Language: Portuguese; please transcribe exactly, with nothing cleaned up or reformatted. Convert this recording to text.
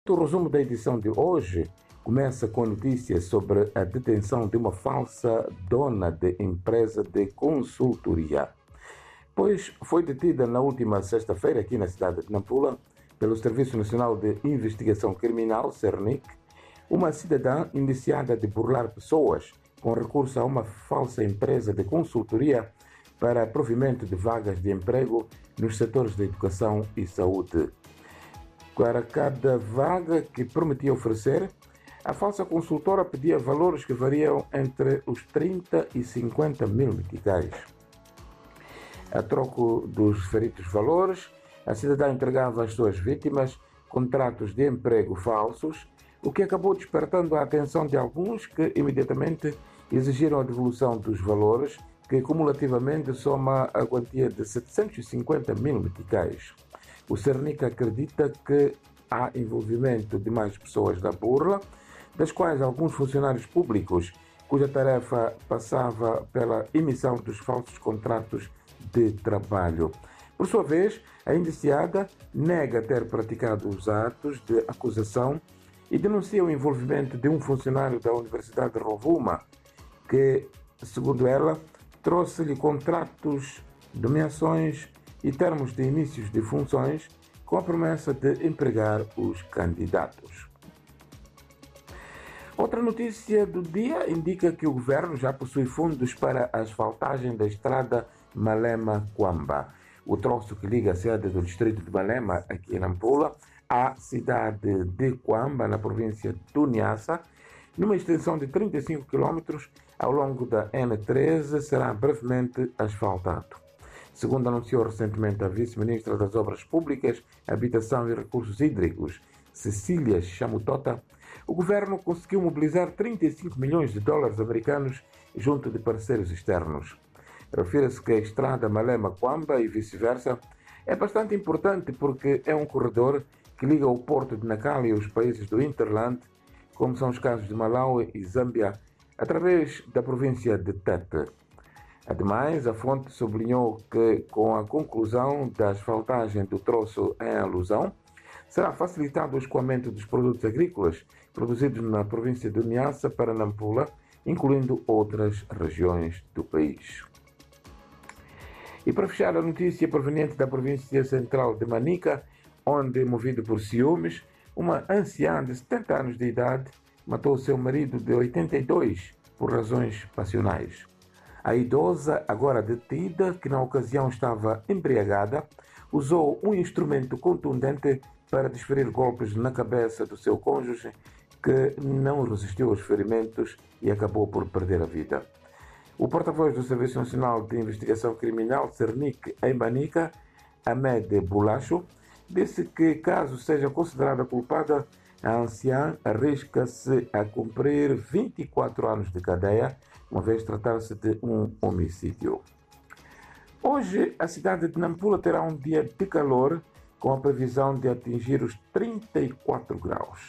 O resumo da edição de hoje começa com notícias sobre a detenção de uma falsa dona de empresa de consultoria, pois foi detida na última sexta-feira aqui na cidade de Nampula pelo Serviço Nacional de Investigação Criminal, SERNIC, uma cidadã indiciada de burlar pessoas com recurso a uma falsa empresa de consultoria para provimento de vagas de emprego nos setores da educação e saúde. Para cada vaga que prometia oferecer, a falsa consultora pedia valores que variam entre os trinta e cinquenta mil meticais. A troco dos referidos valores, a cidadã entregava às suas vítimas contratos de emprego falsos, o que acabou despertando a atenção de alguns que imediatamente exigiram a devolução dos valores, que cumulativamente soma a quantia de setecentos e cinquenta mil meticais. O SERNIC acredita que há envolvimento de mais pessoas na burla, das quais alguns funcionários públicos, cuja tarefa passava pela emissão dos falsos contratos de trabalho. Por sua vez, a indiciada nega ter praticado os atos de acusação e denuncia o envolvimento de um funcionário da Universidade de Rovuma, que, segundo ela, trouxe-lhe contratos, nomeações e termos de inícios de funções com a promessa de empregar os candidatos. Outra notícia do dia indica que o governo já possui fundos para a asfaltagem da estrada Malema-Quamba, o troço que liga a sede do distrito de Malema, aqui em Nampula, à cidade de Quamba, na província do Niassa, numa extensão de trinta e cinco quilômetros ao longo da N treze, será brevemente asfaltado. Segundo anunciou recentemente a vice-ministra das Obras Públicas, Habitação e Recursos Hídricos, Cecília Chamutota, o governo conseguiu mobilizar trinta e cinco milhões de dólares americanos junto de parceiros externos. Refere-se que a estrada Malema-Quamba e vice-versa é bastante importante porque é um corredor que liga o porto de Nacala e os países do Interland, como são os casos de Malawi e Zâmbia, através da província de Tete. Ademais, a fonte sublinhou que, com a conclusão da asfaltagem do troço em alusão, será facilitado o escoamento dos produtos agrícolas produzidos na província do Niassa para Nampula, incluindo outras regiões do país. E para fechar a notícia proveniente da província central de Manica, onde, movido por ciúmes, uma anciã de setenta anos de idade matou seu marido de oitenta e dois por razões passionais. A idosa, agora detida, que na ocasião estava embriagada, usou um instrumento contundente para desferir golpes na cabeça do seu cônjuge, que não resistiu aos ferimentos e acabou por perder a vida. O porta-voz do Serviço Nacional de Investigação Criminal, SERNIC, em Manica, Ahmed Bulacho, disse que, caso seja considerada culpada, a anciã arrisca-se a cumprir vinte e quatro anos de cadeia, uma vez tratar-se de um homicídio. Hoje, a cidade de Nampula terá um dia de calor, com a previsão de atingir os trinta e quatro graus.